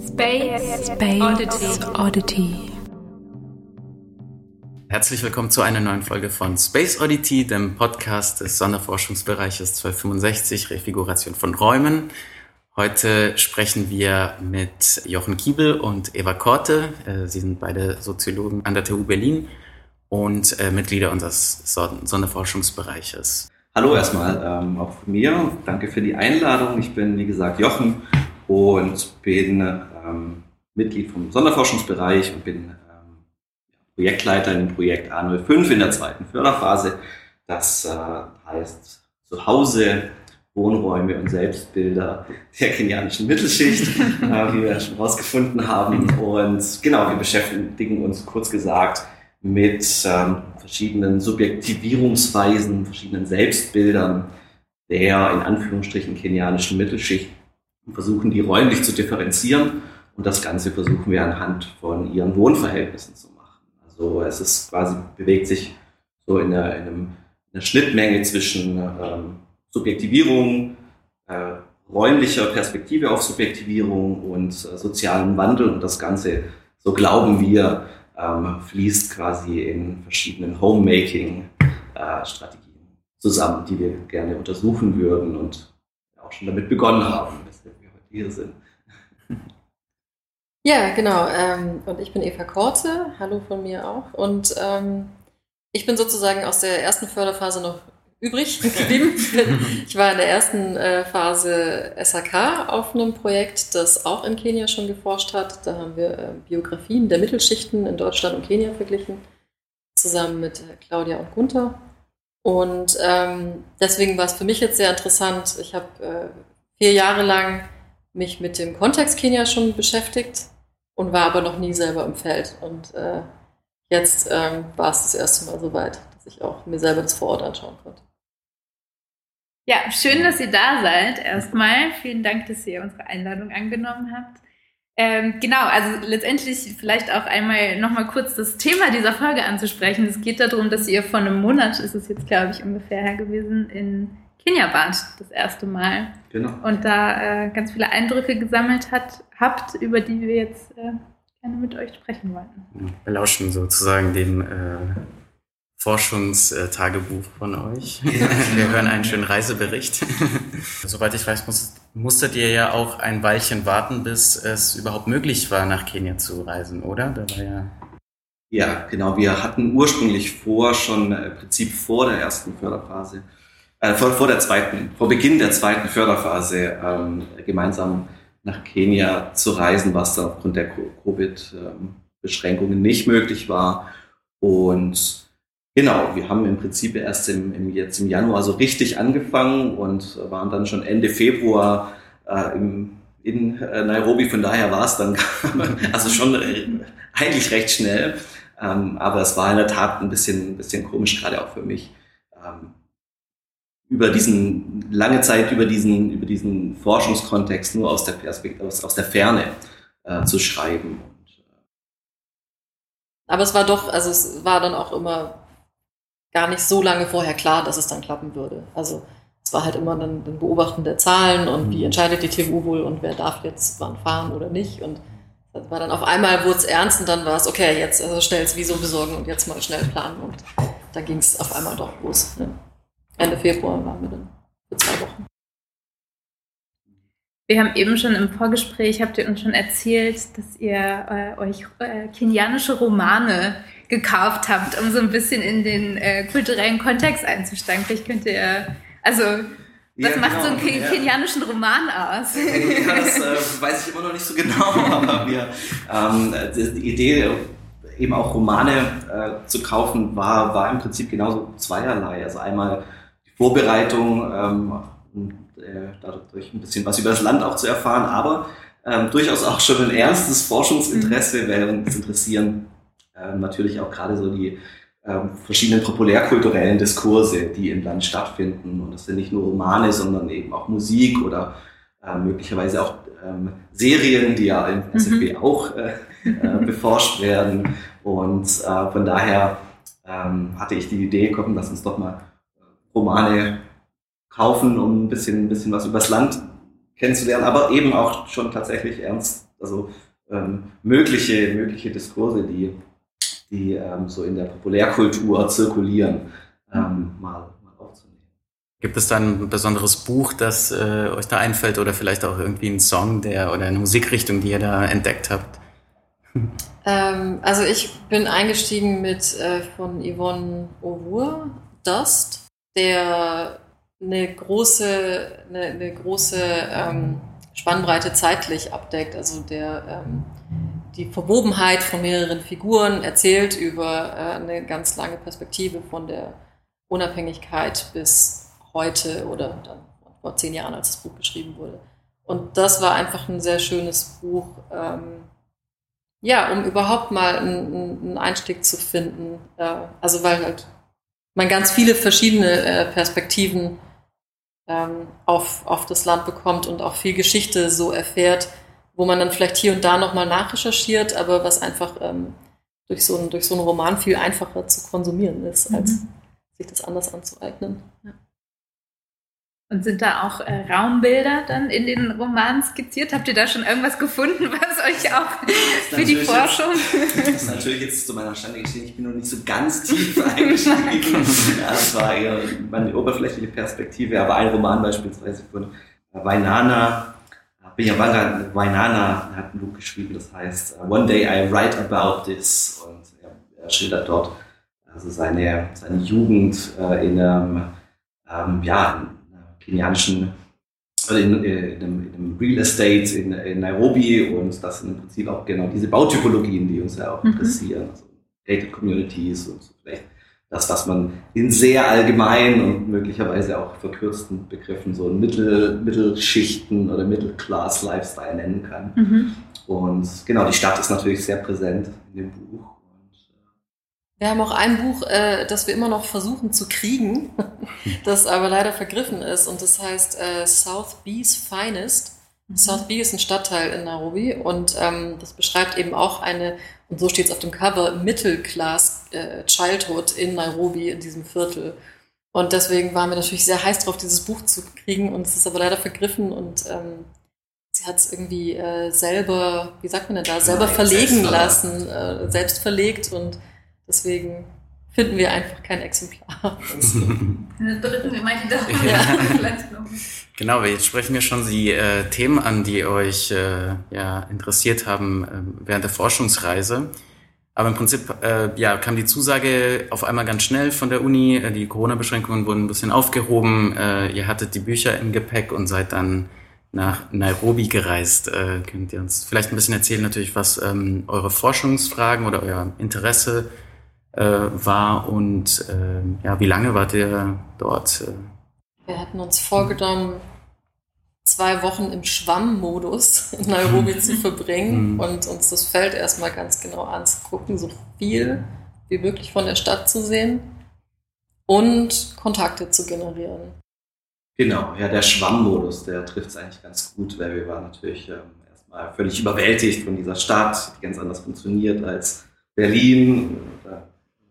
Space Oddity. Herzlich willkommen zu einer neuen Folge von Space Oddity, dem Podcast des Sonderforschungsbereiches 1265, Refiguration von Räumen. Heute sprechen wir mit Jochen Kiebel und Eva Korte. Sie sind beide Soziologen an der TU Berlin und Mitglieder unseres Sonderforschungsbereiches. Hallo erstmal, auch von mir. Danke für die Einladung. Ich bin, wie gesagt, Jochen und bin Mitglied vom Sonderforschungsbereich und bin Projektleiter im Projekt A05 in der zweiten Förderphase. Das heißt Zuhause, Wohnräume und Selbstbilder der kenianischen Mittelschicht, wie wir schon rausgefunden haben. Und genau, wir beschäftigen uns kurz gesagt mit verschiedenen Subjektivierungsweisen, verschiedenen Selbstbildern der in Anführungsstrichen kenianischen Mittelschicht und versuchen, die räumlich zu differenzieren. Und das Ganze versuchen wir anhand von ihren Wohnverhältnissen zu machen. Also es ist quasi, bewegt sich so in einer Schnittmenge zwischen Subjektivierung, räumlicher Perspektive auf Subjektivierung und sozialem Wandel. Und das Ganze, so glauben wir, fließt quasi in verschiedenen Homemaking-Strategien zusammen, die wir gerne untersuchen würden und auch schon damit begonnen haben, weshalb wir heute hier sind. Ja, genau. Und ich bin Eva Korte. Hallo von mir auch. Und ich bin sozusagen aus der ersten Förderphase noch übrig geblieben. Ich war in der ersten Phase SHK auf einem Projekt, das auch in Kenia schon geforscht hat. Da haben wir Biografien der Mittelschichten in Deutschland und Kenia verglichen, zusammen mit Claudia und Gunther. Und deswegen war es für mich jetzt sehr interessant. Ich habe 4 Jahre lang mich mit dem Kontext Kenia schon beschäftigt und war aber noch nie selber im Feld. Und jetzt war es das erste Mal soweit, dass ich auch mir selber das vor Ort anschauen konnte. Ja, schön, dass ihr da seid. Erstmal vielen Dank, dass ihr unsere Einladung angenommen habt. Genau, also letztendlich vielleicht auch einmal nochmal kurz das Thema dieser Folge anzusprechen. Es geht darum, dass ihr vor einem Monat, ist es jetzt glaube ich ungefähr her gewesen, in Kenia wart, das erste Mal. Genau. Und da ganz viele Eindrücke gesammelt habt, über die wir jetzt gerne mit euch sprechen wollten. Wir lauschen sozusagen dem Forschungstagebuch von euch. Wir hören einen schönen Reisebericht. Soweit ich weiß, musstet ihr ja auch ein Weilchen warten, bis es überhaupt möglich war, nach Kenia zu reisen, oder? Da war ja, genau. Wir hatten ursprünglich schon im Prinzip vor der ersten Förderphase, vor Beginn der zweiten Förderphase gemeinsam nach Kenia zu reisen, was dann aufgrund der Covid-Beschränkungen nicht möglich war. Und genau, wir haben im Prinzip erst jetzt im Januar so richtig angefangen und waren dann schon Ende Februar in Nairobi. Von daher war es dann also schon eigentlich recht schnell. Aber es war in der Tat ein bisschen komisch, gerade auch für mich, über lange Zeit über diesen Forschungskontext nur aus der Perspektive, aus der Ferne zu schreiben. Aber es war dann auch immer gar nicht so lange vorher klar, dass es dann klappen würde. Also es war halt immer dann Beobachten der Zahlen und wie entscheidet die TU wohl und wer darf jetzt wann fahren oder nicht. Und das war dann auf einmal, wurde es ernst und dann war es, okay, jetzt schnell das Visum besorgen und jetzt mal schnell planen. Und dann ging es auf einmal doch los. Ne? Ende Februar waren wir dann für 2 Wochen. Wir haben eben schon im Vorgespräch, habt ihr uns schon erzählt, dass ihr euch kenianische Romane gekauft habt, um so ein bisschen in den kulturellen Kontext einzusteigen. Vielleicht könnt ihr, was macht so einen kenianischen Roman aus? Ja, das weiß ich immer noch nicht so genau, aber die Idee, eben auch Romane zu kaufen, war im Prinzip genauso zweierlei. Also einmal die Vorbereitung, dadurch ein bisschen was über das Land auch zu erfahren, aber durchaus auch schon ein ernstes Forschungsinteresse, weil uns interessieren natürlich auch gerade so die verschiedenen populärkulturellen Diskurse, die im Land stattfinden. Und das sind nicht nur Romane, sondern eben auch Musik oder möglicherweise auch Serien, die ja im SFB auch beforscht werden. Und von daher hatte ich die Idee, komm, lass uns doch mal Romane kaufen, um ein bisschen was über das Land kennenzulernen, aber eben auch schon tatsächlich ernst also mögliche Diskurse, die so in der Populärkultur zirkulieren, mal aufzunehmen. Gibt es da ein besonderes Buch, das euch da einfällt oder vielleicht auch irgendwie ein Song oder eine Musikrichtung, die ihr da entdeckt habt? Also ich bin eingestiegen mit von Yvonne Auvour, Dust, der eine große Spannbreite zeitlich abdeckt, also der die Verwobenheit von mehreren Figuren erzählt über eine ganz lange Perspektive von der Unabhängigkeit bis heute oder dann vor 10 Jahren, als das Buch geschrieben wurde. Und das war einfach ein sehr schönes Buch, um überhaupt mal einen Einstieg zu finden. Also weil halt man ganz viele verschiedene Perspektiven auf das Land bekommt und auch viel Geschichte so erfährt, wo man dann vielleicht hier und da nochmal nachrecherchiert, aber was einfach durch so einen Roman viel einfacher zu konsumieren ist, als sich das anders anzueignen. Ja. Und sind da auch Raumbilder dann in den Romanen skizziert? Habt ihr da schon irgendwas gefunden, was euch auch für die Forschung... Das ist natürlich jetzt zu meiner Schande gestehen, ich bin noch nicht so ganz tief eingestiegen. Das war eher meine oberflächliche Perspektive, aber ein Roman beispielsweise von Wainaina, Binyavanga Wainaina hat ein Buch geschrieben, das heißt One Day I Write About This, und er schildert dort also seine Jugend in einem kenianischen, also in einem Real Estate in Nairobi, und das sind im Prinzip auch genau diese Bautypologien, die uns ja auch interessieren, also Gated Communities und so vielleicht das, was man in sehr allgemeinen und möglicherweise auch verkürzten Begriffen so Mittelschichten oder Middle-Class-Lifestyle nennen kann. Und genau, die Stadt ist natürlich sehr präsent in dem Buch. Wir haben auch ein Buch, das wir immer noch versuchen zu kriegen, das aber leider vergriffen ist, und das heißt South Bee's Finest. South Bee ist ein Stadtteil in Nairobi, und das beschreibt eben auch eine, und so steht es auf dem Cover, Middle-Class Childhood in Nairobi, in diesem Viertel. Und deswegen waren wir natürlich sehr heiß drauf, dieses Buch zu kriegen, und es ist aber leider vergriffen, und sie hat es irgendwie selber, wie sagt man denn da, selber verlegen lassen, selbst verlegt, und deswegen finden wir einfach kein Exemplar. Drücken wir mal die Daumen. Ja. Vielleicht noch. Genau, jetzt sprechen wir schon die Themen an, die euch interessiert haben während der Forschungsreise. Aber im Prinzip kam die Zusage auf einmal ganz schnell von der Uni. Die Corona-Beschränkungen wurden ein bisschen aufgehoben. Ihr hattet die Bücher im Gepäck und seid dann nach Nairobi gereist. Könnt ihr uns vielleicht ein bisschen erzählen, natürlich, was eure Forschungsfragen oder euer Interesse war, und wie lange wart ihr dort? Wir hatten uns vorgenommen, 2 Wochen im Schwammmodus in Nairobi zu verbringen und uns das Feld erstmal ganz genau anzugucken, so viel wie möglich von der Stadt zu sehen und Kontakte zu generieren. Genau, ja, der Schwammmodus, der trifft es eigentlich ganz gut, weil wir waren natürlich erstmal völlig überwältigt von dieser Stadt, die ganz anders funktioniert als Berlin oder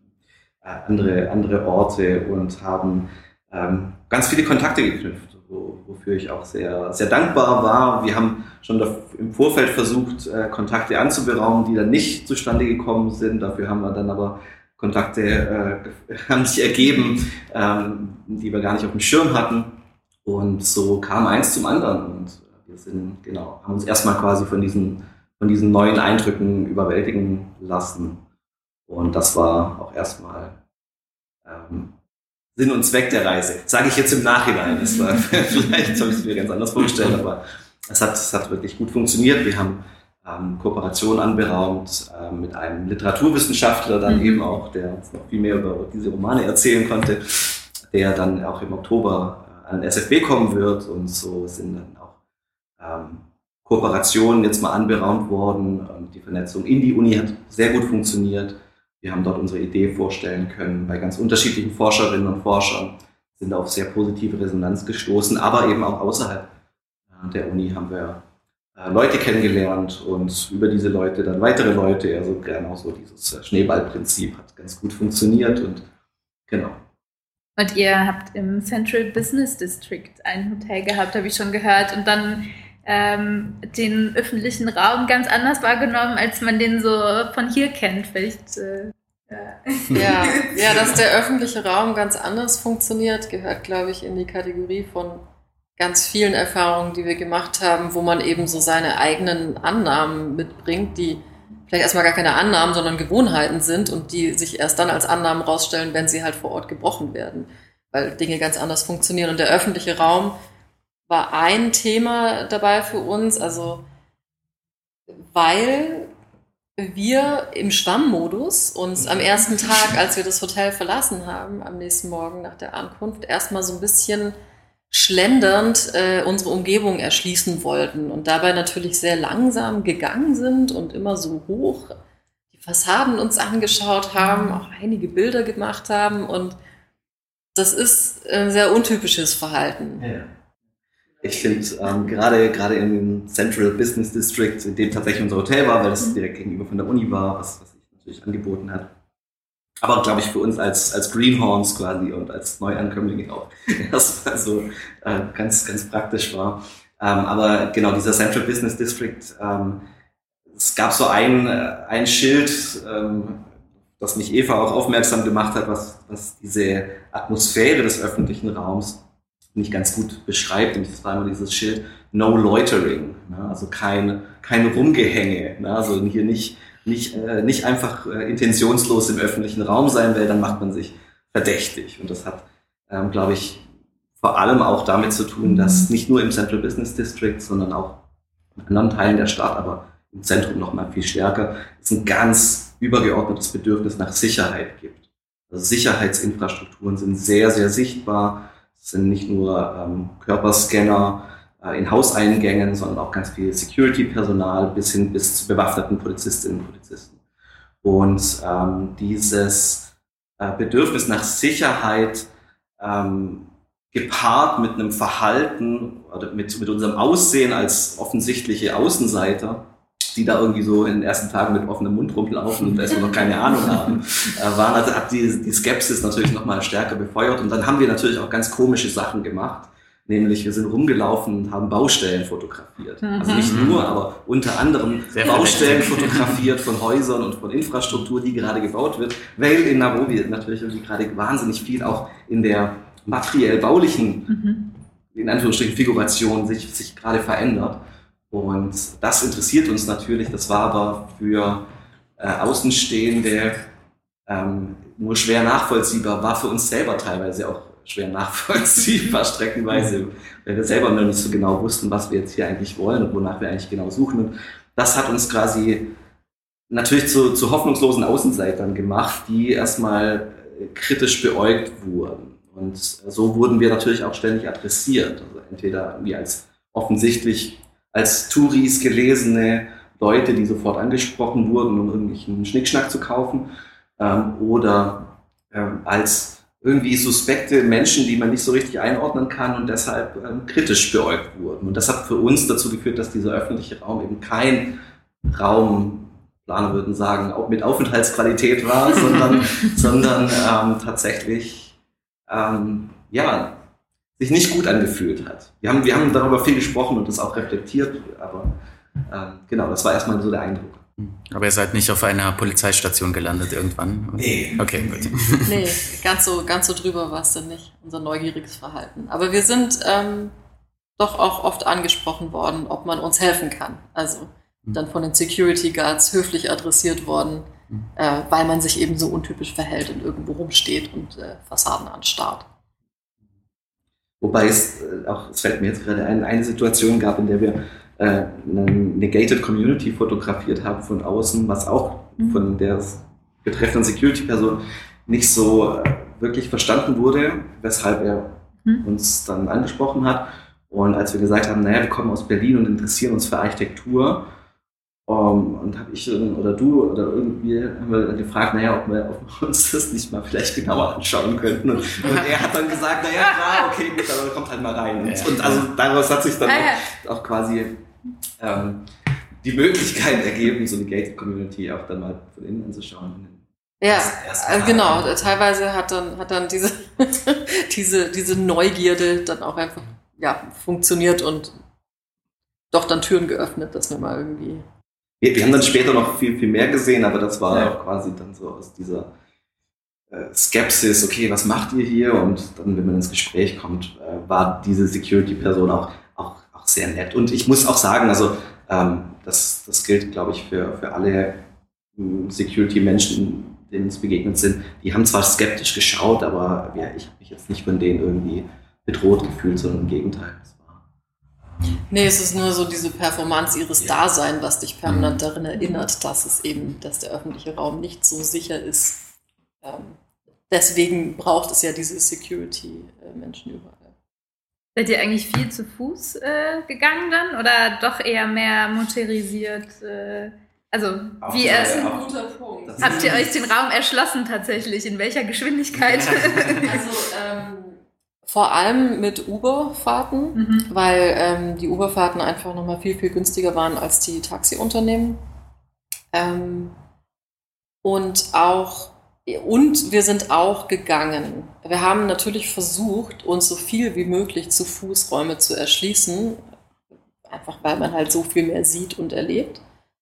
andere Orte, und haben ganz viele Kontakte geknüpft, wofür ich auch sehr, sehr dankbar war. Wir haben schon im Vorfeld versucht, Kontakte anzuberaumen, die dann nicht zustande gekommen sind. Dafür haben wir dann aber Kontakte haben sich ergeben, die wir gar nicht auf dem Schirm hatten. Und so kam eins zum anderen, und wir haben uns erstmal quasi von diesen neuen Eindrücken überwältigen lassen. Und das war auch erstmal Sinn und Zweck der Reise. Sage ich jetzt im Nachhinein. Das war, vielleicht habe ich es mir ganz anders vorgestellt, aber es hat wirklich gut funktioniert. Wir haben Kooperationen anberaumt mit einem Literaturwissenschaftler dann eben auch, der uns noch viel mehr über diese Romane erzählen konnte, der dann auch im Oktober an den SFB kommen wird, und so sind dann auch Kooperationen jetzt mal anberaumt worden, und die Vernetzung in die Uni hat sehr gut funktioniert. Wir haben dort unsere Idee vorstellen können bei ganz unterschiedlichen Forscherinnen und Forschern, sind auf sehr positive Resonanz gestoßen, aber eben auch außerhalb der Uni haben wir Leute kennengelernt und über diese Leute dann weitere Leute, also gerne auch so dieses Schneeballprinzip hat ganz gut funktioniert, und genau. Und ihr habt im Central Business District ein Hotel gehabt, habe ich schon gehört, und dann den öffentlichen Raum ganz anders wahrgenommen, als man den so von hier kennt. Vielleicht, Ja, dass der öffentliche Raum ganz anders funktioniert, gehört, glaube ich, in die Kategorie von ganz vielen Erfahrungen, die wir gemacht haben, wo man eben so seine eigenen Annahmen mitbringt, die vielleicht erstmal gar keine Annahmen, sondern Gewohnheiten sind und die sich erst dann als Annahmen rausstellen, wenn sie halt vor Ort gebrochen werden, weil Dinge ganz anders funktionieren. Und der öffentliche Raum war ein Thema dabei für uns, also weil wir im Schwammmodus uns am ersten Tag, als wir das Hotel verlassen haben, am nächsten Morgen nach der Ankunft, erstmal so ein bisschen schlendernd unsere Umgebung erschließen wollten und dabei natürlich sehr langsam gegangen sind und immer so hoch die Fassaden uns angeschaut haben, auch einige Bilder gemacht haben, und das ist ein sehr untypisches Verhalten. Ja. Ich finde, gerade im Central Business District, in dem tatsächlich unser Hotel war, weil das direkt gegenüber von der Uni war, was sich natürlich angeboten hat. Aber, glaube ich, für uns als Greenhorns quasi und als Neuankömmlinge auch erstmal so ganz, ganz praktisch war. Aber genau, dieser Central Business District, es gab so ein Schild, das mich Eva auch aufmerksam gemacht hat, was diese Atmosphäre des öffentlichen Raums nicht ganz gut beschreibt. Und das war immer dieses Schild No Loitering, ne? Also kein Rumgehänge, ne? Also hier nicht einfach intentionslos im öffentlichen Raum sein, weil dann macht man sich verdächtig. Und das hat, glaube ich, vor allem auch damit zu tun, dass nicht nur im Central Business District, sondern auch in anderen Teilen der Stadt, aber im Zentrum noch mal viel stärker, es ein ganz übergeordnetes Bedürfnis nach Sicherheit gibt. Also Sicherheitsinfrastrukturen sind sehr, sehr sichtbar. Es sind nicht nur Körperscanner in Hauseingängen, sondern auch ganz viel Security-Personal bis zu bewaffneten Polizistinnen und Polizisten. Und dieses Bedürfnis nach Sicherheit gepaart mit einem Verhalten oder mit unserem Aussehen als offensichtliche Außenseiter, die da irgendwie so in den ersten Tagen mit offenem Mund rumlaufen und erstmal noch keine Ahnung haben, hat die Skepsis natürlich noch mal stärker befeuert. Und dann haben wir natürlich auch ganz komische Sachen gemacht. Nämlich wir sind rumgelaufen und haben Baustellen fotografiert. Also nicht nur, aber unter anderem Baustellen fotografiert von Häusern und von Infrastruktur, die gerade gebaut wird, weil in Nairobi natürlich irgendwie gerade wahnsinnig viel auch in der materiell-baulichen, in Anführungsstrichen, Figuration sich gerade verändert. Und das interessiert uns natürlich. Das war aber für Außenstehende nur schwer nachvollziehbar, war für uns selber teilweise auch schwer nachvollziehbar, streckenweise, weil wir selber noch nicht so genau wussten, was wir jetzt hier eigentlich wollen und wonach wir eigentlich genau suchen. Und das hat uns quasi natürlich zu hoffnungslosen Außenseitern gemacht, die erstmal kritisch beäugt wurden. Und so wurden wir natürlich auch ständig adressiert. Also entweder irgendwie offensichtlich als Touris gelesene Leute, die sofort angesprochen wurden, um irgendwelchen Schnickschnack zu kaufen, oder als irgendwie suspekte Menschen, die man nicht so richtig einordnen kann und deshalb kritisch beäugt wurden. Und das hat für uns dazu geführt, dass dieser öffentliche Raum eben kein Raum, Planer würden sagen, auch mit Aufenthaltsqualität war, sondern tatsächlich sich nicht gut angefühlt hat. Wir haben darüber viel gesprochen und das auch reflektiert, aber genau, das war erstmal so der Eindruck. Aber ihr seid nicht auf einer Polizeistation gelandet irgendwann? Nee. Okay, gut. Nee, ganz so drüber war es dann nicht, unser neugieriges Verhalten. Aber wir sind doch auch oft angesprochen worden, ob man uns helfen kann. Also dann von den Security Guards höflich adressiert worden, weil man sich eben so untypisch verhält und irgendwo rumsteht und Fassaden anstarrt. Wobei es fällt mir jetzt gerade eine Situation gab, in der wir eine Negated Community fotografiert haben von außen, was auch von der betreffenden Security-Person nicht so wirklich verstanden wurde, weshalb er uns dann angesprochen hat. Und als wir gesagt haben, naja, wir kommen aus Berlin und interessieren uns für Architektur, und habe ich oder du oder irgendwie haben wir dann gefragt, naja, ob wir uns das nicht mal vielleicht genauer anschauen könnten. Und er hat dann gesagt, naja, klar, okay, gut, aber kommt halt mal rein. Und also daraus hat sich dann auch quasi die Möglichkeit ergeben, so eine Gated Community auch dann mal von innen anzuschauen. Ja, genau. Teilweise hat dann diese Neugierde dann auch einfach funktioniert und doch dann Türen geöffnet, dass wir mal irgendwie... Wir haben dann später noch viel, viel mehr gesehen, aber das war auch quasi dann so aus dieser Skepsis, okay, was macht ihr hier? Und dann, wenn man ins Gespräch kommt, war diese Security-Person auch sehr nett. Und ich muss auch sagen, also das gilt, glaube ich, für alle Security-Menschen, denen es begegnet sind. Die haben zwar skeptisch geschaut, aber ich habe mich jetzt nicht von denen irgendwie bedroht gefühlt, sondern im Gegenteil. Nee, es ist nur so diese Performance ihres Daseins, was dich permanent daran erinnert, dass der öffentliche Raum nicht so sicher ist. Deswegen braucht es ja diese Security-Menschen überall. Seid ihr eigentlich viel zu Fuß gegangen dann oder doch eher mehr motorisiert? Das ist ein guter Punkt. Habt ihr euch den Raum erschlossen tatsächlich? In welcher Geschwindigkeit? Vor allem mit Uber-Fahrten, weil die Uber-Fahrten einfach nochmal viel, viel günstiger waren als die Taxiunternehmen. Und wir sind auch gegangen. Wir haben natürlich versucht, uns so viel wie möglich zu Fußräume zu erschließen, einfach weil man halt so viel mehr sieht und erlebt.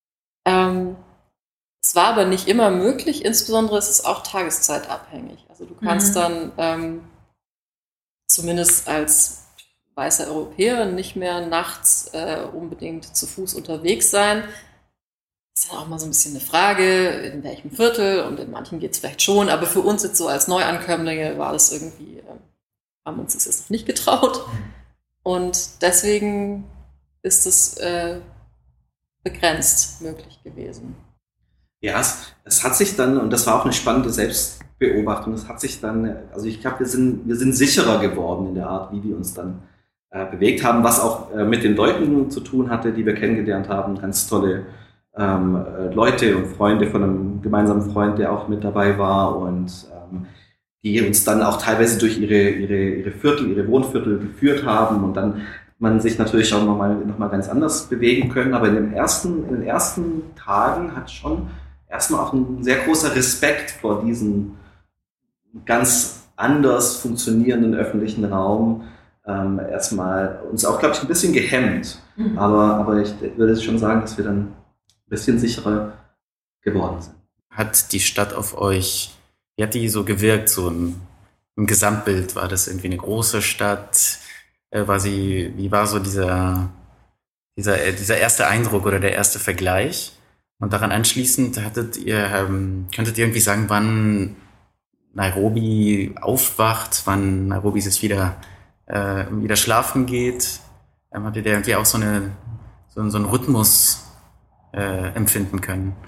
Es war aber nicht immer möglich, insbesondere ist es auch tageszeitabhängig. Also du kannst dann zumindest als weißer Europäer nicht mehr nachts unbedingt zu Fuß unterwegs sein. Das ist ja auch mal so ein bisschen eine Frage, in welchem Viertel, und in manchen geht es vielleicht schon, aber für uns jetzt so als Neuankömmlinge war das irgendwie, haben uns das jetzt noch nicht getraut. Und deswegen ist es begrenzt möglich gewesen. Ja, es hat sich dann, und das war auch eine spannende Selbstbeobachtung, es hat sich dann, also ich glaube, wir sind sicherer geworden in der Art, wie wir uns dann bewegt haben, was auch mit den Leuten zu tun hatte, die wir kennengelernt haben, ganz tolle Leute und Freunde von einem gemeinsamen Freund, der auch mit dabei war und die uns dann auch teilweise durch ihre Viertel, ihre Wohnviertel geführt haben und dann man sich natürlich auch noch mal ganz anders bewegen können. Aber in den ersten Tagen hat schon erstmal auch ein sehr großer Respekt vor diesem ganz anders funktionierenden öffentlichen Raum erstmal uns auch, glaube ich, ein bisschen gehemmt. Aber ich würde schon sagen, dass wir dann ein bisschen sicherer geworden sind. Hat die Stadt auf euch, wie hat die so gewirkt, so im Gesamtbild? War das irgendwie eine große Stadt? Wie war so dieser erste Eindruck oder der erste Vergleich? Und daran anschließend könntet ihr irgendwie sagen, wann Nairobi aufwacht, wann Nairobi sich wieder schlafen geht? Hattet ihr irgendwie auch so einen Rhythmus empfinden können?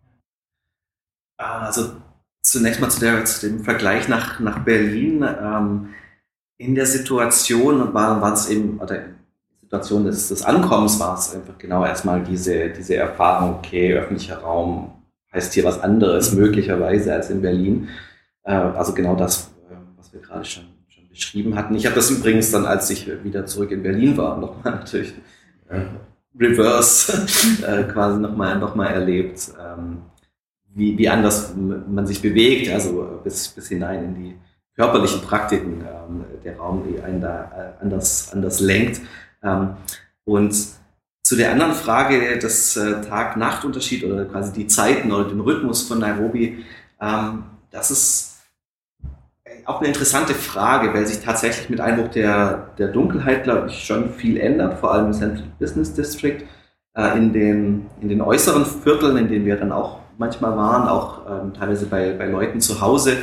Also zunächst mal zu dem Vergleich nach Berlin. In der Situation war es eben, oder in der Situation des Ankommens war es einfach genau erstmal diese Erfahrung, okay, öffentlicher Raum heißt hier was anderes möglicherweise als in Berlin. Also genau das, was wir gerade schon beschrieben hatten. Ich habe das übrigens dann, als ich wieder zurück in Berlin war, nochmal natürlich reverse quasi nochmal erlebt, wie anders man sich bewegt, also bis hinein in die körperlichen Praktiken, der Raum, die einen da anders lenkt. Und zu der anderen Frage des Tag-Nacht-Unterschied oder quasi die Zeiten oder den Rhythmus von Nairobi, das ist auch eine interessante Frage, weil sich tatsächlich mit Einbruch der Dunkelheit, glaube ich, schon viel ändert, vor allem im Central Business District, in den äußeren Vierteln, in denen wir dann auch manchmal waren, auch teilweise bei Leuten zu Hause,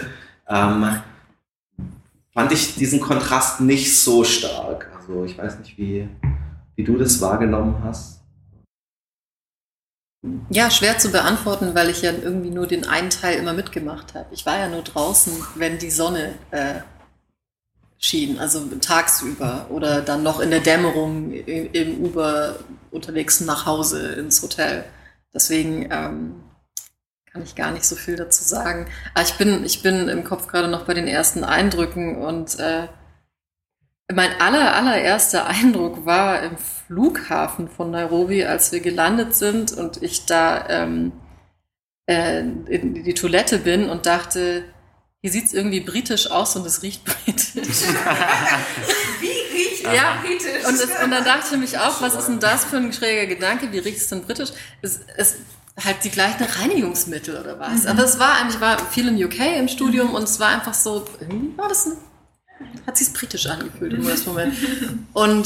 fand ich diesen Kontrast nicht so stark. Also ich weiß nicht, wie du das wahrgenommen hast. Ja, schwer zu beantworten, weil ich ja irgendwie nur den einen Teil immer mitgemacht habe. Ich war ja nur draußen, wenn die Sonne schien, also tagsüber oder dann noch in der Dämmerung im Uber unterwegs nach Hause ins Hotel. Deswegen kann ich gar nicht so viel dazu sagen. Aber ich bin im Kopf gerade noch bei den ersten Eindrücken und mein allererster Eindruck war im Flughafen von Nairobi, als wir gelandet sind und ich da in die Toilette bin und dachte, hier sieht es irgendwie britisch aus und es riecht britisch. Wie riecht Ja, und dann dachte ich nämlich auch, was ist denn das für ein schräger Gedanke? Wie riecht es denn britisch? Es halt die gleichen Reinigungsmittel oder was. Aber es war eigentlich, ich war viel im UK im Studium und es war einfach so, irgendwie war das hat sich's britisch angefühlt im ersten Moment. Und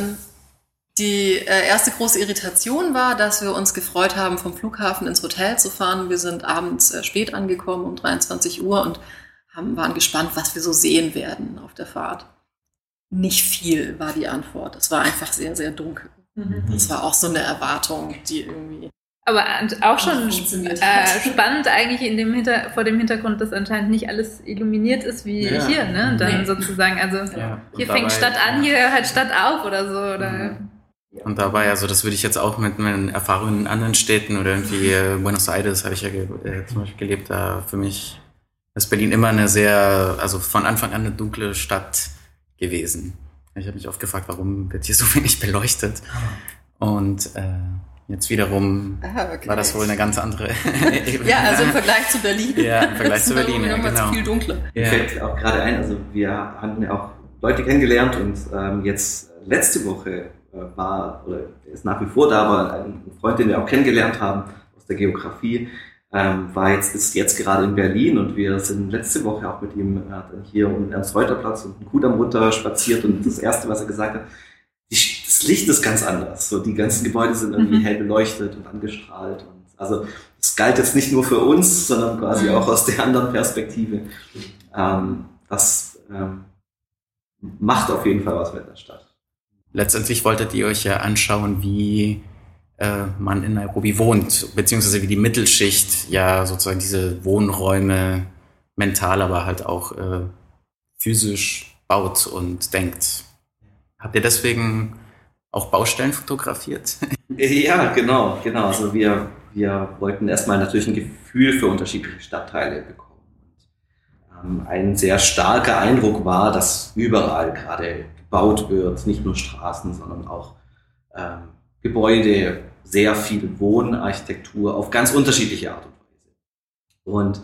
die erste große Irritation war, dass wir uns gefreut haben, vom Flughafen ins Hotel zu fahren. Wir sind abends spät angekommen, um 23 Uhr und waren gespannt, was wir so sehen werden auf der Fahrt. Nicht viel war die Antwort. Es war einfach sehr, sehr dunkel. Das war auch so eine Erwartung, die irgendwie... Aber auch schon spannend eigentlich vor dem Hintergrund, dass anscheinend nicht alles illuminiert ist wie hier, ne? Dann sozusagen, also hier fängt Stadt an, hier hört Stadt auf oder so. Oder Und dabei, also das würde ich jetzt auch mit meinen Erfahrungen in anderen Städten oder irgendwie Buenos Aires habe ich ja zum Beispiel gelebt, da für mich ist Berlin immer eine sehr, also von Anfang an eine dunkle Stadt gewesen. Ich habe mich oft gefragt, warum wird hier so wenig beleuchtet? Und jetzt wiederum war das wohl eine ganz andere Ebene. Ja, also im Vergleich zu Berlin. Ja, im Vergleich zu Berlin, ja, genau. Viel dunkler. Mir fällt auch gerade ein, also wir haben ja auch Leute kennengelernt und jetzt letzte Woche ist nach wie vor da, aber ein Freund, den wir auch kennengelernt haben aus der Geografie, ist jetzt gerade in Berlin und wir sind letzte Woche auch mit ihm hier um den Ernst-Reuter-Platz und den Kudamm runter spaziert und das Erste, was er gesagt hat, das Licht ist ganz anders. So, die ganzen Gebäude sind irgendwie hell beleuchtet und angestrahlt. Und also das galt jetzt nicht nur für uns, sondern quasi auch aus der anderen Perspektive. Das macht auf jeden Fall was mit der Stadt. Letztendlich wolltet ihr euch ja anschauen, wie man in Nairobi wohnt, beziehungsweise wie die Mittelschicht ja sozusagen diese Wohnräume mental, aber halt auch physisch baut und denkt. Habt ihr deswegen auch Baustellen fotografiert? Ja, genau. Also wir wollten erstmal natürlich ein Gefühl für unterschiedliche Stadtteile bekommen. Und, ein sehr starker Eindruck war, dass überall gerade gebaut wird, nicht nur Straßen, sondern auch Gebäude, sehr viel Wohnarchitektur auf ganz unterschiedliche Art und Weise. Und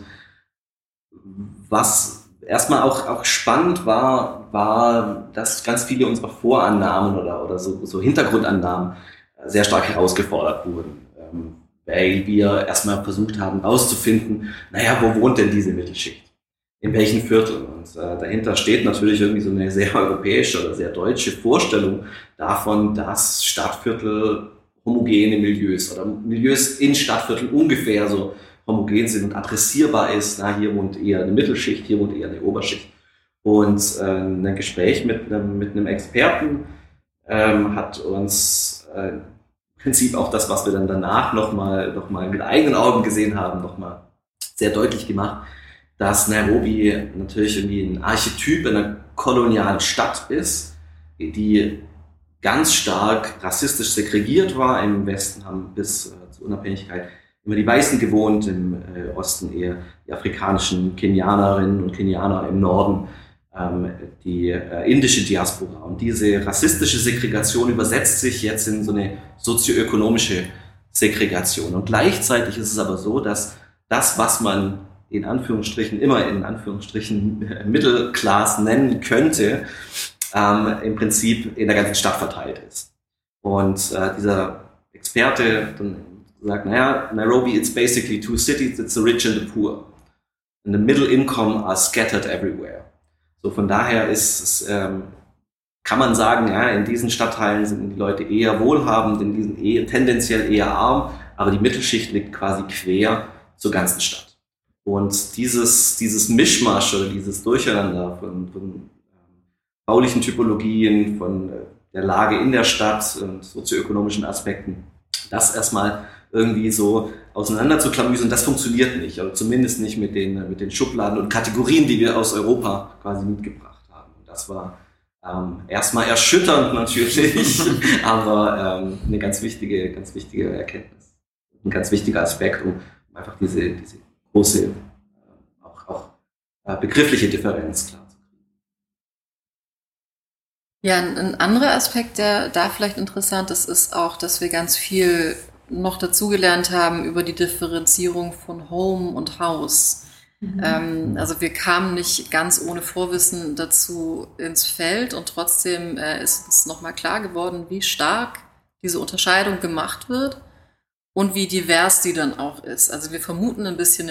was erstmal auch spannend war, dass ganz viele unserer Vorannahmen oder so Hintergrundannahmen sehr stark herausgefordert wurden, weil wir erstmal versucht haben herauszufinden, wo wohnt denn diese Mittelschicht? In welchen Vierteln? Und dahinter steht natürlich irgendwie so eine sehr europäische oder sehr deutsche Vorstellung davon, dass Stadtviertel homogene Milieus oder Milieus in Stadtvierteln ungefähr so homogen sind und adressierbar ist. Hier wohnt eher eine Mittelschicht, hier wohnt eher eine Oberschicht. Und ein Gespräch mit einem Experten hat uns im Prinzip auch das, was wir dann danach noch mal mit eigenen Augen gesehen haben, noch mal sehr deutlich gemacht, dass Nairobi natürlich irgendwie ein Archetyp einer kolonialen Stadt ist, die ganz stark rassistisch segregiert war. Im Westen haben bis zur Unabhängigkeit immer die Weißen gewohnt, im Osten eher die afrikanischen Kenianerinnen und Kenianer, im Norden die indische Diaspora. Und diese rassistische Segregation übersetzt sich jetzt in so eine sozioökonomische Segregation. Und gleichzeitig ist es aber so, dass das, was man in Anführungsstrichen Mittelklass nennen könnte, im Prinzip in der ganzen Stadt verteilt ist. Und dieser Experte dann sagt, Nairobi, it's basically two cities, it's the rich and the poor. And the middle income are scattered everywhere. So von daher kann man sagen, in diesen Stadtteilen sind die Leute eher wohlhabend, in diesen tendenziell eher arm, aber die Mittelschicht liegt quasi quer zur ganzen Stadt. Und dieses Mischmasch oder dieses Durcheinander von baulichen Typologien, von der Lage in der Stadt und sozioökonomischen Aspekten, das erstmal irgendwie so auseinander zu klamüsern, das funktioniert nicht, oder zumindest nicht mit den Schubladen und Kategorien, die wir aus Europa quasi mitgebracht haben. Das war erstmal erschütternd natürlich, aber eine ganz wichtige Erkenntnis, ein ganz wichtiger Aspekt, um einfach diese große, auch begriffliche Differenz klar zu kriegen. Ja, ein anderer Aspekt, der da vielleicht interessant ist auch, dass wir ganz viel noch dazugelernt haben über die Differenzierung von Home und House. Also wir kamen nicht ganz ohne Vorwissen dazu ins Feld und trotzdem ist uns nochmal klar geworden, wie stark diese Unterscheidung gemacht wird und wie divers die dann auch ist. Also wir vermuten ein bisschen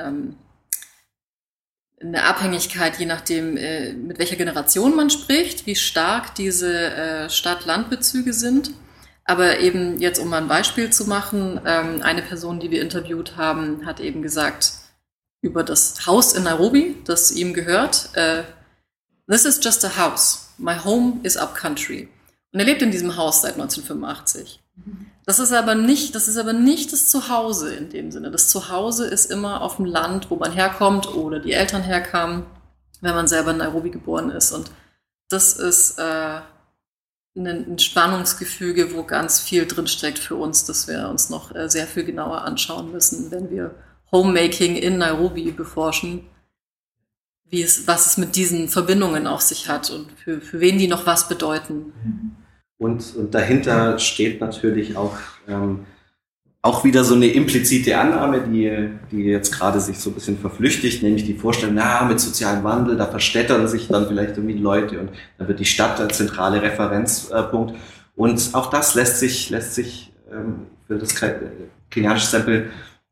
eine Abhängigkeit, je nachdem, mit welcher Generation man spricht, wie stark diese Stadt-Land-Bezüge sind. Aber eben jetzt, um mal ein Beispiel zu machen, eine Person, die wir interviewt haben, hat eben gesagt über das Haus in Nairobi, das ihm gehört, "This is just a house. My home is upcountry." Und er lebt in diesem Haus seit 1985. Das ist aber nicht das Zuhause in dem Sinne. Das Zuhause ist immer auf dem Land, wo man herkommt oder die Eltern herkamen, wenn man selber in Nairobi geboren ist. Und das ist ein Spannungsgefüge, wo ganz viel drinsteckt für uns, das wir uns noch sehr viel genauer anschauen müssen, wenn wir Homemaking in Nairobi beforschen, was es mit diesen Verbindungen auf sich hat und für wen die noch was bedeuten. Und dahinter steht natürlich auch wieder so eine implizite Annahme, die jetzt gerade sich so ein bisschen verflüchtigt, nämlich die Vorstellung, mit sozialem Wandel, da verstädtern sich dann vielleicht irgendwie Leute und da wird die Stadt der zentrale Referenzpunkt. Und auch das lässt sich für das kenianische Sample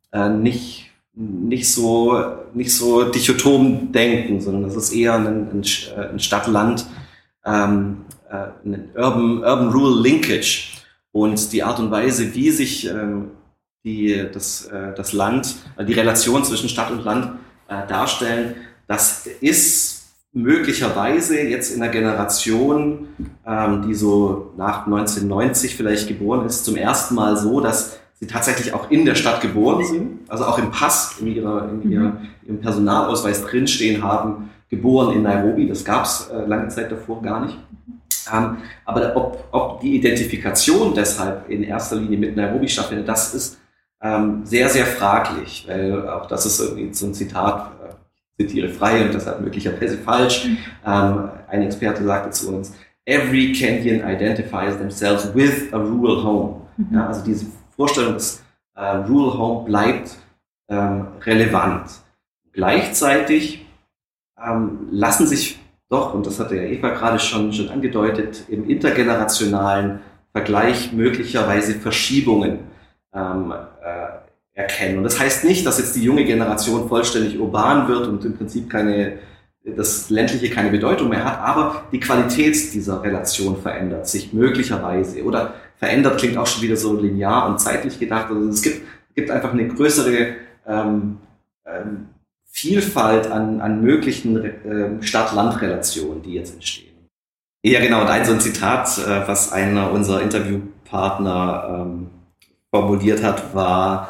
nicht so dichotom denken, sondern das ist eher ein Stadt-Land, ein Urban-Rural Linkage. Und die Art und Weise, wie sich das Land, die Relation zwischen Stadt und Land darstellen, das ist möglicherweise jetzt in der Generation, die so nach 1990 vielleicht geboren ist, zum ersten Mal so, dass sie tatsächlich auch in der Stadt geboren sind, also auch im Pass, in ihrem Personalausweis drinstehen haben, geboren in Nairobi. Das gab es lange Zeit davor gar nicht. Aber ob die Identifikation deshalb in erster Linie mit Nairobi stattfindet, das ist sehr, sehr fraglich, weil auch das ist irgendwie so ein Zitat, ich zitiere frei und deshalb möglicherweise falsch. Ein Experte sagte zu uns, "Every Kenyan identifies themselves with a rural home." Ja, also diese Vorstellung des Rural Home bleibt relevant. Gleichzeitig lassen sich doch, und das hatte ja Eva gerade schon angedeutet, im intergenerationalen Vergleich möglicherweise Verschiebungen erkennen. Und das heißt nicht, dass jetzt die junge Generation vollständig urban wird und im Prinzip das Ländliche keine Bedeutung mehr hat, aber die Qualität dieser Relation verändert sich möglicherweise. Oder verändert klingt auch schon wieder so linear und zeitlich gedacht. Also es gibt einfach eine größere Vielfalt an möglichen Stadt-Land-Relationen, die jetzt entstehen. Ja, genau. Und so ein Zitat, was einer unserer Interviewpartner formuliert hat, war,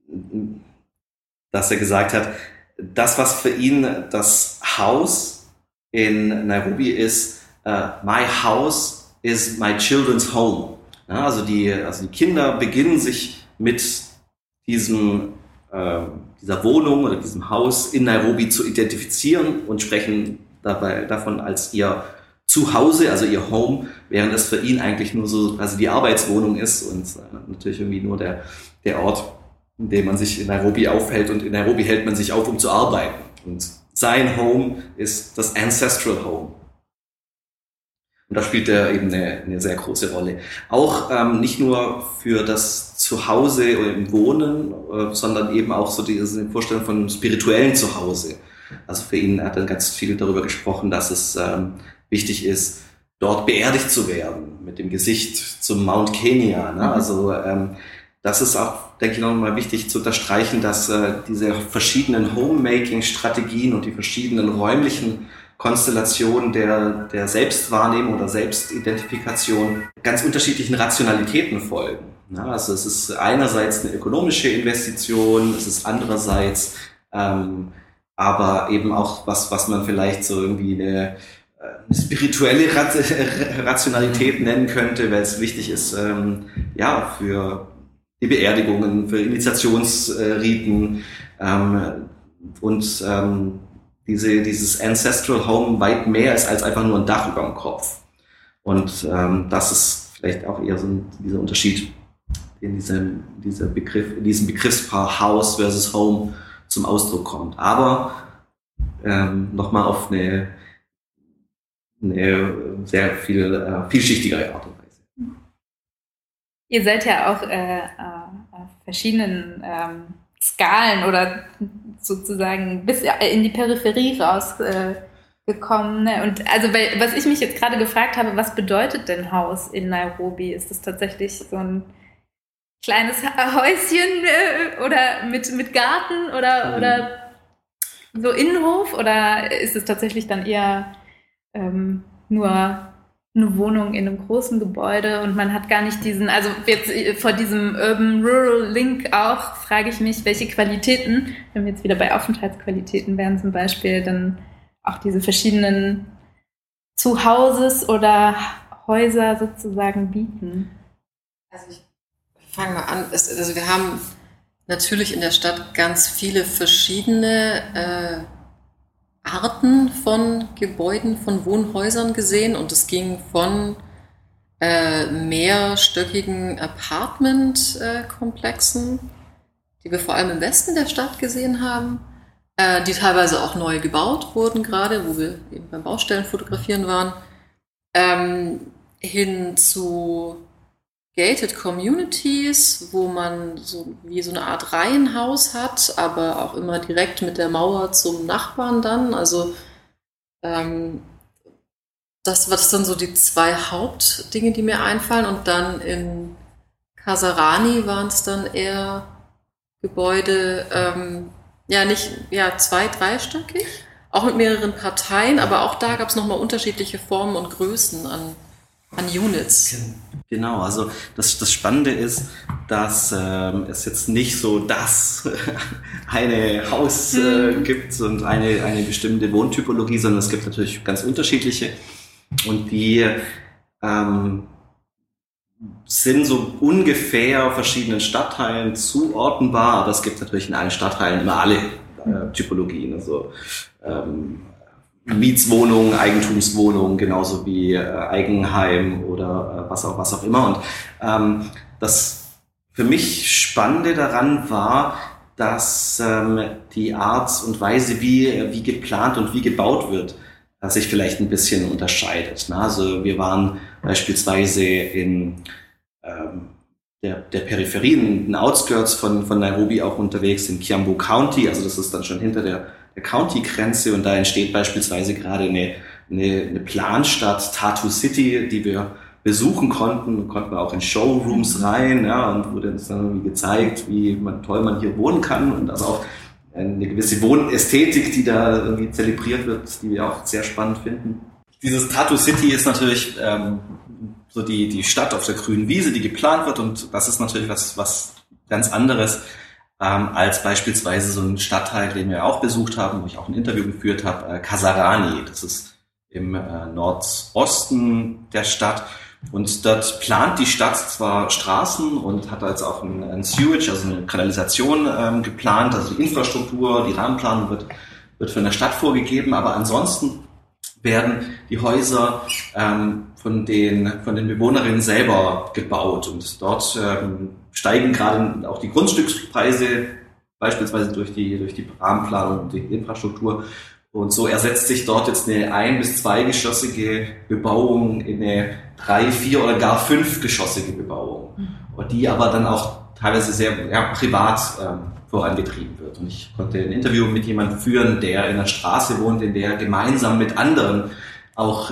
dass er gesagt hat, das, was für ihn das Haus in Nairobi ist, my house is my children's home. Ja, also die Kinder beginnen sich mit dieser Wohnung oder diesem Haus in Nairobi zu identifizieren und sprechen dabei davon als ihr Zuhause, also ihr Home, während es für ihn eigentlich nur so quasi die Arbeitswohnung ist und natürlich irgendwie nur der Ort, in dem man sich in Nairobi aufhält, und in Nairobi hält man sich auf, um zu arbeiten. Und sein Home ist das Ancestral Home. Und da spielt er eben eine sehr große Rolle. Auch nicht nur für das Zuhause oder im Wohnen, sondern eben auch so diese Vorstellung von einem spirituellen Zuhause. Also für ihn hat er ganz viel darüber gesprochen, dass es wichtig ist, dort beerdigt zu werden, mit dem Gesicht zum Mount Kenya. Ne? Also das ist auch, denke ich, nochmal wichtig zu unterstreichen, dass diese verschiedenen Homemaking-Strategien und die verschiedenen räumlichen Konstellationen der Selbstwahrnehmung oder Selbstidentifikation ganz unterschiedlichen Rationalitäten folgen. Ja, also es ist einerseits eine ökonomische Investition, es ist andererseits aber eben auch was man vielleicht so irgendwie eine spirituelle Rationalität nennen könnte, weil es wichtig ist, für die Beerdigungen, für Initiationsriten und dieses Ancestral Home weit mehr ist als einfach nur ein Dach über dem Kopf. Und das ist vielleicht auch eher so dieser Unterschied in diesem Begriffspaar House versus Home zum Ausdruck kommt. Aber nochmal auf eine sehr vielschichtigere Art und Weise. Ihr seid ja auch auf verschiedenen Skalen oder sozusagen bis in die Peripherie rausgekommen. Ne? Und also, was ich mich jetzt gerade gefragt habe, was bedeutet denn Haus in Nairobi? Ist das tatsächlich so ein kleines Häuschen oder mit Garten oder so Innenhof? Oder ist es tatsächlich dann eher nur eine Wohnung in einem großen Gebäude und man hat gar nicht diesen, also jetzt vor diesem Urban-Rural-Link auch, frage ich mich, welche Qualitäten, wenn wir jetzt wieder bei Aufenthaltsqualitäten wären zum Beispiel, dann auch diese verschiedenen Zuhauses oder Häuser sozusagen bieten. Also ich fange mal an, also wir haben natürlich in der Stadt ganz viele verschiedene Arten von Gebäuden, von Wohnhäusern gesehen und es ging von mehrstöckigen Apartment-Komplexen, die wir vor allem im Westen der Stadt gesehen haben, die teilweise auch neu gebaut wurden gerade, wo wir eben beim Baustellen fotografieren waren, hin zu gated Communities, wo man so wie so eine Art Reihenhaus hat, aber auch immer direkt mit der Mauer zum Nachbarn dann. Also das sind so die zwei Hauptdinge, die mir einfallen. Und dann in Kasarani waren es dann eher Gebäude, zwei-, dreistöckig, auch mit mehreren Parteien, aber auch da gab es nochmal unterschiedliche Formen und Größen an Units. Genau, also das Spannende ist, dass es jetzt nicht so das eine Haus gibt und eine bestimmte Wohntypologie, sondern es gibt natürlich ganz unterschiedliche und die sind so ungefähr verschiedenen Stadtteilen zuordnenbar, aber es gibt natürlich in allen Stadtteilen immer alle Typologien, also Mietswohnungen, Eigentumswohnungen, genauso wie Eigenheim oder was auch immer. Und das für mich Spannende daran war, dass die Art und Weise, wie geplant und wie gebaut wird, sich vielleicht ein bisschen unterscheidet. Also wir waren beispielsweise in der Peripherie, in den Outskirts von Nairobi auch unterwegs, in Kiambu County, also das ist dann schon hinter der County-Grenze und da entsteht beispielsweise gerade eine Planstadt, Tatu City, die wir besuchen konnten wir auch in Showrooms rein, ja, und wurde uns dann irgendwie gezeigt, wie toll man hier wohnen kann und also auch eine gewisse Wohnästhetik, die da irgendwie zelebriert wird, die wir auch sehr spannend finden. Dieses Tatu City ist natürlich so die Stadt auf der grünen Wiese, die geplant wird und das ist natürlich was ganz anderes als beispielsweise so ein Stadtteil, den wir auch besucht haben, wo ich auch ein Interview geführt habe, Kasarani. Das ist im Nordosten der Stadt. Und dort plant die Stadt zwar Straßen und hat jetzt auch ein Sewage, also eine Kanalisation geplant, also die Infrastruktur, die Rahmenplanung wird von der Stadt vorgegeben, aber ansonsten werden die Häuser von den Bewohnerinnen selber gebaut und dort steigen gerade auch die Grundstückspreise, beispielsweise durch die Rahmenplanung und die Infrastruktur. Und so ersetzt sich dort jetzt eine 1- bis 2-geschossige Bebauung in eine 3-, 4- oder gar 5-geschossige Bebauung. Und die aber dann auch teilweise sehr privat vorangetrieben wird. Und ich konnte ein Interview mit jemandem führen, der in einer Straße wohnt, in der gemeinsam mit anderen auch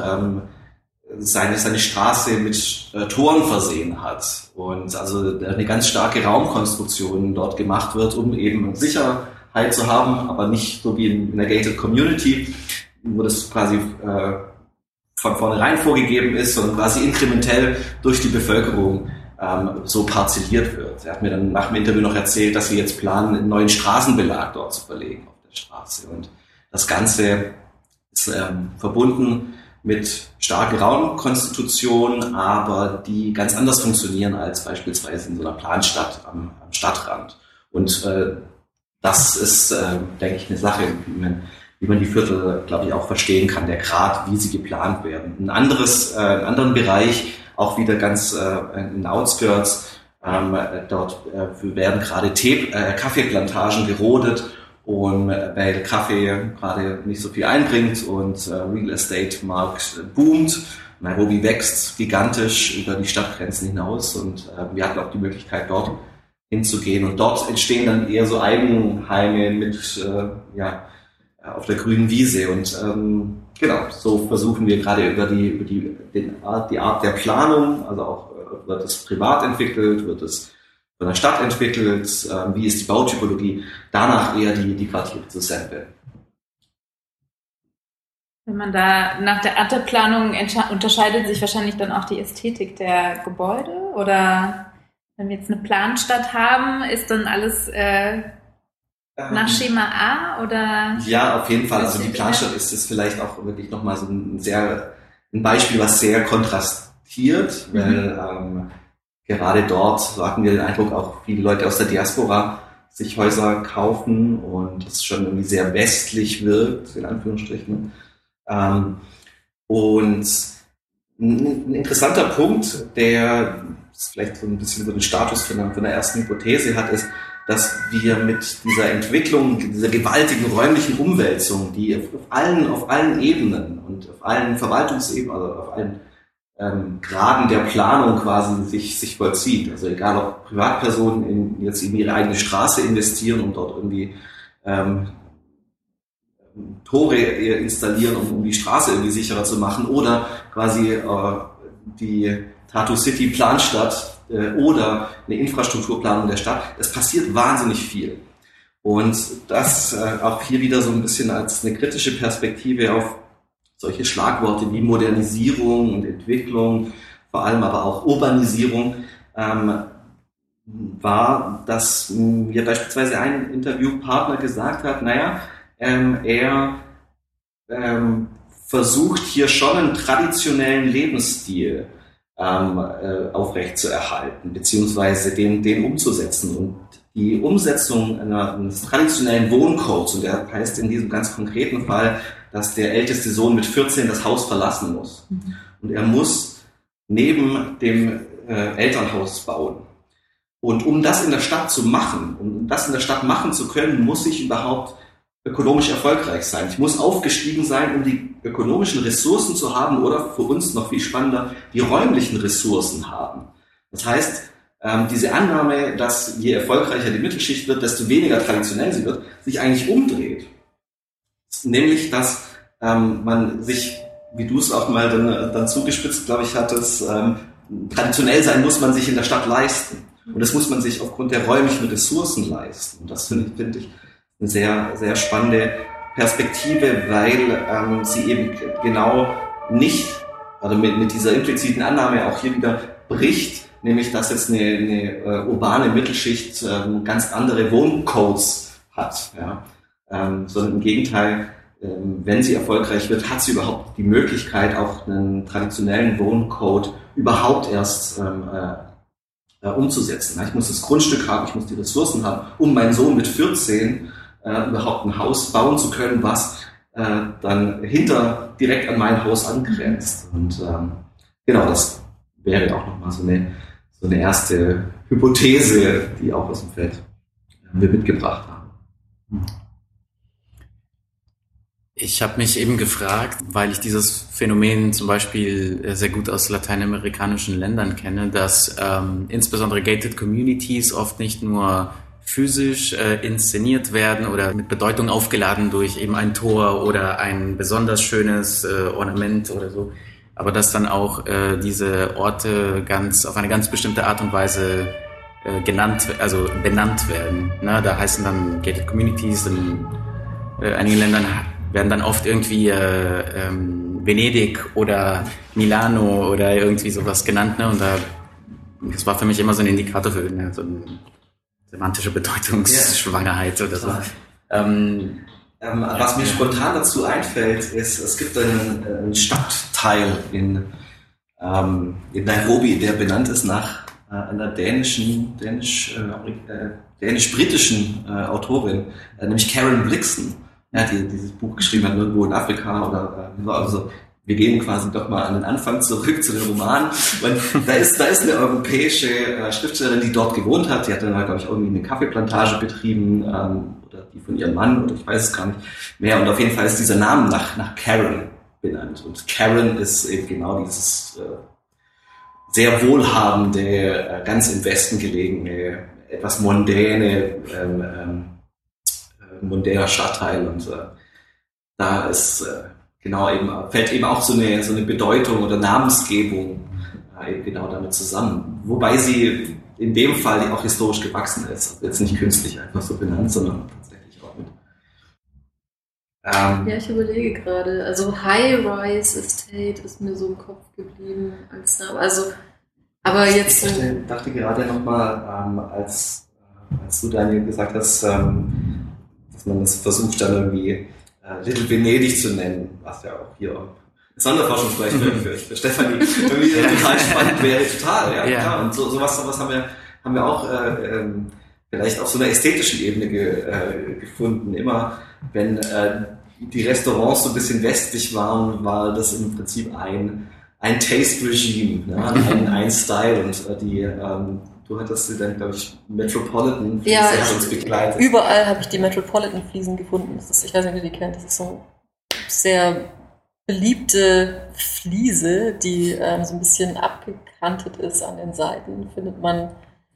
seine Straße mit Toren versehen hat und also eine ganz starke Raumkonstruktion dort gemacht wird, um eben Sicherheit zu haben, aber nicht so wie in einer gated Community, wo das quasi von vornherein vorgegeben ist, sondern quasi inkrementell durch die Bevölkerung so parzelliert wird. Er hat mir dann nach dem Interview noch erzählt, dass sie jetzt planen, einen neuen Straßenbelag dort zu verlegen auf der Straße und das Ganze ist verbunden mit starken Raumkonstitutionen, aber die ganz anders funktionieren als beispielsweise in so einer Planstadt am Stadtrand. Und das ist, denke ich, eine Sache, wie man die Viertel, glaube ich, auch verstehen kann, der Grad, wie sie geplant werden. Einen anderen Bereich, auch wieder ganz in den Outskirts, dort werden gerade Kaffeeplantagen gerodet Und weil Kaffee gerade nicht so viel einbringt und Real Estate Markt boomt. Nairobi wächst gigantisch über die Stadtgrenzen hinaus und wir hatten auch die Möglichkeit, dort hinzugehen. Und dort entstehen dann eher so Eigenheime mit auf der grünen Wiese. Und genau, so versuchen wir gerade über die Art der Planung, also auch wird es privat entwickelt, wird es von der Stadt entwickelt, wie ist die Bautypologie, danach eher die Quartiere zu samplen. Wenn man da nach der Art der Planung unterscheidet sich wahrscheinlich dann auch die Ästhetik der Gebäude? Oder wenn wir jetzt eine Planstadt haben, ist dann alles nach Schema A? Oder? Ja, auf jeden Fall. Also die Planstadt ist vielleicht auch wirklich nochmal so ein Beispiel, was sehr kontrastiert, weil gerade dort, so hatten wir den Eindruck, auch viele Leute aus der Diaspora sich Häuser kaufen und es schon irgendwie sehr westlich wirkt, in Anführungsstrichen. Und ein interessanter Punkt, der vielleicht so ein bisschen so den Status von der ersten Hypothese hat, ist, dass wir mit dieser Entwicklung, dieser gewaltigen räumlichen Umwälzung, die auf allen Ebenen und auf allen Verwaltungsebenen, also auf allen Graden der Planung quasi sich vollzieht. Also egal, ob Privatpersonen jetzt in ihre eigene Straße investieren und dort irgendwie Tore installieren, um die Straße irgendwie sicherer zu machen, oder quasi die Tartu City Planstadt oder eine Infrastrukturplanung der Stadt. Es passiert wahnsinnig viel. Und das auch hier wieder so ein bisschen als eine kritische Perspektive auf solche Schlagworte wie Modernisierung und Entwicklung, vor allem aber auch Urbanisierung, war, dass mir beispielsweise ein Interviewpartner gesagt hat, er versucht hier schon einen traditionellen Lebensstil aufrechtzuerhalten, beziehungsweise den umzusetzen. Und die Umsetzung eines traditionellen Wohncodes, und der heißt in diesem ganz konkreten Fall, dass der älteste Sohn mit 14 das Haus verlassen muss. Und er muss neben dem Elternhaus bauen. Und um das in der Stadt zu machen, um das in der Stadt machen zu können, muss ich überhaupt ökonomisch erfolgreich sein. Ich muss aufgestiegen sein, um die ökonomischen Ressourcen zu haben oder für uns noch viel spannender, die räumlichen Ressourcen haben. Das heißt, diese Annahme, dass je erfolgreicher die Mittelschicht wird, desto weniger traditionell sie wird, sich eigentlich umdreht. Nämlich, dass man sich, wie du es auch mal dann zugespitzt, glaube ich, hattest, traditionell sein muss man sich in der Stadt leisten. Und das muss man sich aufgrund der räumlichen Ressourcen leisten. Und das finde ich eine sehr, sehr spannende Perspektive, weil sie eben genau nicht, also mit dieser impliziten Annahme auch hier wieder bricht, nämlich dass jetzt eine urbane Mittelschicht ganz andere Wohncodes hat, ja? Sondern im Gegenteil, wenn sie erfolgreich wird, hat sie überhaupt die Möglichkeit, auch einen traditionellen Wohncode überhaupt erst umzusetzen. Ich muss das Grundstück haben, ich muss die Ressourcen haben, um meinen Sohn mit 14 überhaupt ein Haus bauen zu können, was dann direkt an mein Haus angrenzt. Und genau, das wäre auch nochmal so eine erste Hypothese, die auch aus dem Feld wir mitgebracht haben. Ich habe mich eben gefragt, weil ich dieses Phänomen zum Beispiel sehr gut aus lateinamerikanischen Ländern kenne, dass insbesondere gated communities oft nicht nur physisch inszeniert werden oder mit Bedeutung aufgeladen durch eben ein Tor oder ein besonders schönes Ornament oder so, aber dass dann auch diese Orte auf eine ganz bestimmte Art und Weise benannt werden. Ne? Da heißen dann gated communities, in einigen Ländern werden dann oft irgendwie Venedig oder Milano oder irgendwie sowas genannt, ne? Und das war für mich immer so ein Indikator für so eine semantische Bedeutungsschwangerheit oder so. Was mir spontan dazu einfällt, ist, es gibt einen Stadtteil in Nairobi, der benannt ist nach einer dänisch-britischen Autorin, nämlich Karen Blixen. Ja, die dieses Buch geschrieben hat, irgendwo in Afrika also wir gehen quasi doch mal an den Anfang zurück zu den Romanen. Und da ist eine europäische Schriftstellerin, die dort gewohnt hat. Die hat dann, glaube ich, irgendwie eine Kaffeeplantage betrieben, oder die von ihrem Mann oder ich weiß es gar nicht mehr. Und auf jeden Fall ist dieser Name nach Karen benannt. Und Karen ist eben genau dieses sehr wohlhabende, ganz im Westen gelegene, etwas mondäner Stadtteil. Und da ist fällt eben auch so eine Bedeutung oder Namensgebung eben genau damit zusammen. Wobei sie in dem Fall auch historisch gewachsen ist. Jetzt nicht künstlich einfach so benannt, sondern tatsächlich auch mit. Ja, ich überlege gerade. Also High-Rise Estate ist mir so im Kopf geblieben als Name. Also, aber jetzt... Ich dachte gerade nochmal, als du, Daniel, gesagt hast, dass man das versucht dann irgendwie Little Venedig zu nennen, was ja auch hier Sonderforschungsbereich für Stefanie irgendwie total spannend wäre. Total, ja. Klar. Und sowas haben wir auch vielleicht auf so einer ästhetischen Ebene gefunden. Immer wenn die Restaurants so ein bisschen westlich waren, war das im Prinzip ein Taste-Regime, ne? ein Style. Und du hattest dann, glaube ich, Metropolitan uns begleitet. Überall habe ich die Metropolitan-Fliesen gefunden. Ich weiß nicht, ob ihr die kennt. Das ist so eine sehr beliebte Fliese, die so ein bisschen abgekantet ist an den Seiten. Findet man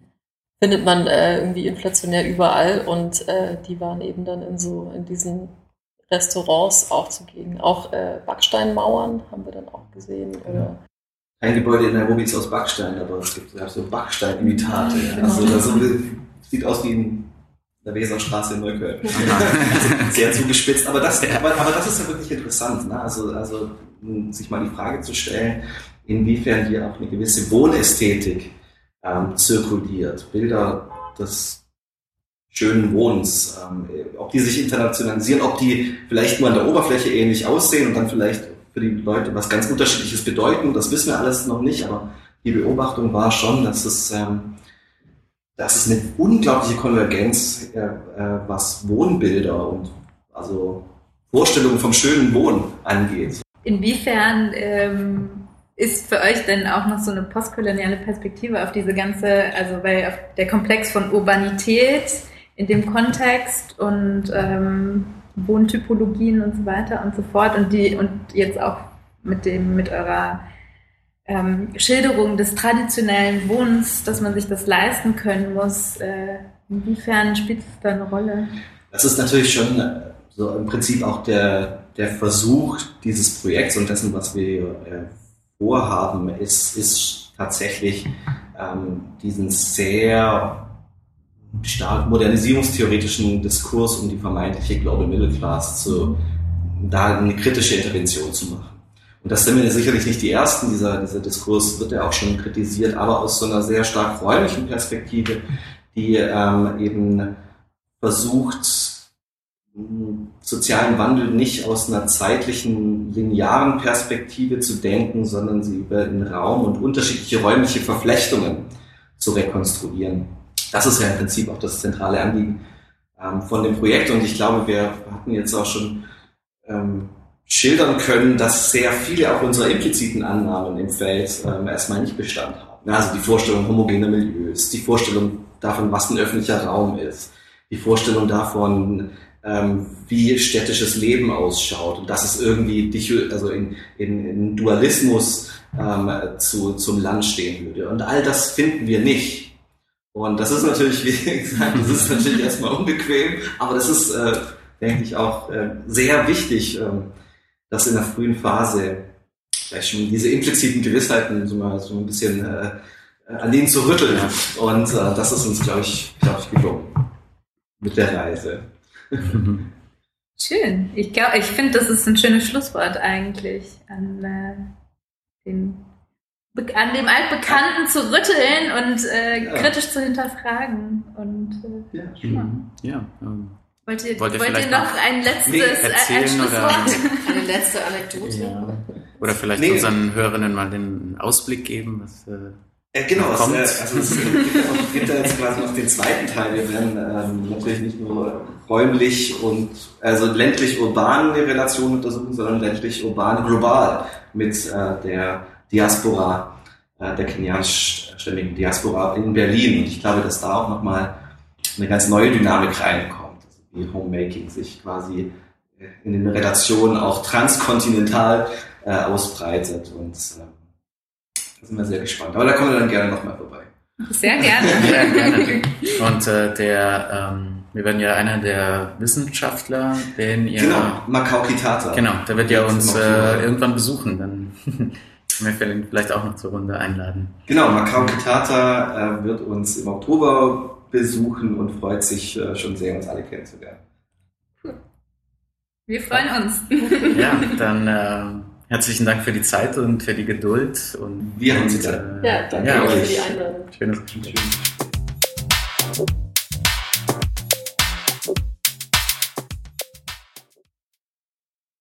irgendwie inflationär überall. Und die waren eben dann in diesen Restaurants auch zugegen. Auch Backsteinmauern haben wir dann auch gesehen. Oder ein Gebäude in Nairobi ist aus Backstein, aber es gibt so Backstein-Imitate. Genau. Also das sieht aus wie in der Weserstraße in Neukölln. Sehr zugespitzt. Aber das ist ja wirklich interessant. Ne? Also sich mal die Frage zu stellen, inwiefern hier auch eine gewisse Wohnästhetik zirkuliert. Bilder des schönen Wohnens, ob die sich internationalisieren, ob die vielleicht nur an der Oberfläche ähnlich aussehen und dann vielleicht für die Leute was ganz Unterschiedliches bedeuten. Das wissen wir alles noch nicht, aber die Beobachtung war schon, dass es eine unglaubliche Konvergenz, was Wohnbilder und also Vorstellungen vom schönen Wohnen angeht. Inwiefern ist für euch denn auch noch so eine postkoloniale Perspektive auf diese ganze, also weil auf der Komplex von Urbanität in dem Kontext und Wohntypologien und so weiter und so fort und jetzt auch mit eurer Schilderung des traditionellen Wohnens, dass man sich das leisten können muss, inwiefern spielt es da eine Rolle? Das ist natürlich schon so im Prinzip auch der Versuch dieses Projekts und dessen, was wir vorhaben, ist tatsächlich diesen sehr stark modernisierungstheoretischen Diskurs um die vermeintliche Global Middle Class da eine kritische Intervention zu machen. Und das sind wir sicherlich nicht die Ersten. Dieser Diskurs wird ja auch schon kritisiert, aber aus so einer sehr stark räumlichen Perspektive, die eben versucht, sozialen Wandel nicht aus einer zeitlichen, linearen Perspektive zu denken, sondern sie über den Raum und unterschiedliche räumliche Verflechtungen zu rekonstruieren. Das ist ja im Prinzip auch das zentrale Anliegen von dem Projekt. Und ich glaube, wir hatten jetzt auch schon schildern können, dass sehr viele auch unserer impliziten Annahmen im Feld erstmal nicht Bestand haben. Also die Vorstellung homogener Milieus, die Vorstellung davon, was ein öffentlicher Raum ist, die Vorstellung davon, wie städtisches Leben ausschaut und dass es irgendwie in Dualismus zum Land stehen würde. Und all das finden wir nicht. Und das ist natürlich, wie gesagt, das ist natürlich erstmal unbequem, aber das ist, denke ich, auch sehr wichtig, dass in der frühen Phase vielleicht schon diese impliziten Gewissheiten so ein bisschen an denen zu rütteln. Und das ist uns, glaube ich, gelungen mit der Reise. Schön. Ich finde, das ist ein schönes Schlusswort eigentlich an dem Altbekannten zu rütteln und kritisch zu hinterfragen. Und wollt ihr noch ein letztes Schlusswort? Eine letzte Anekdote? Ja. Oder vielleicht unseren Hörerinnen mal den Ausblick geben, was genau, es gibt ja jetzt quasi noch den zweiten Teil. Wir werden natürlich nicht nur räumlich und also ländlich-urban eine Relation untersuchen, sondern ländlich-urban global mit der Diaspora, der kenianischstämmigen Diaspora in Berlin. Und ich glaube, dass da auch nochmal eine ganz neue Dynamik reinkommt. Also wie Homemaking sich quasi in den Relationen auch transkontinental ausbreitet. Und da sind wir sehr gespannt. Aber da kommen wir dann gerne nochmal vorbei. Sehr gerne. Sehr gerne. Und wir werden ja einer der Wissenschaftler, den ihr... Genau, Macau Kitata. Genau, der wird ja uns irgendwann besuchen. Dann können wir ihn vielleicht auch noch zur Runde einladen. Genau, Macau Kitata wird uns im Oktober besuchen und freut sich schon sehr, uns alle kennenzulernen. Wir freuen uns. Ja, dann herzlichen Dank für die Zeit und für die Geduld. Und wir haben Sie dann. Danke euch für die Einladung. Schönes Gespräch.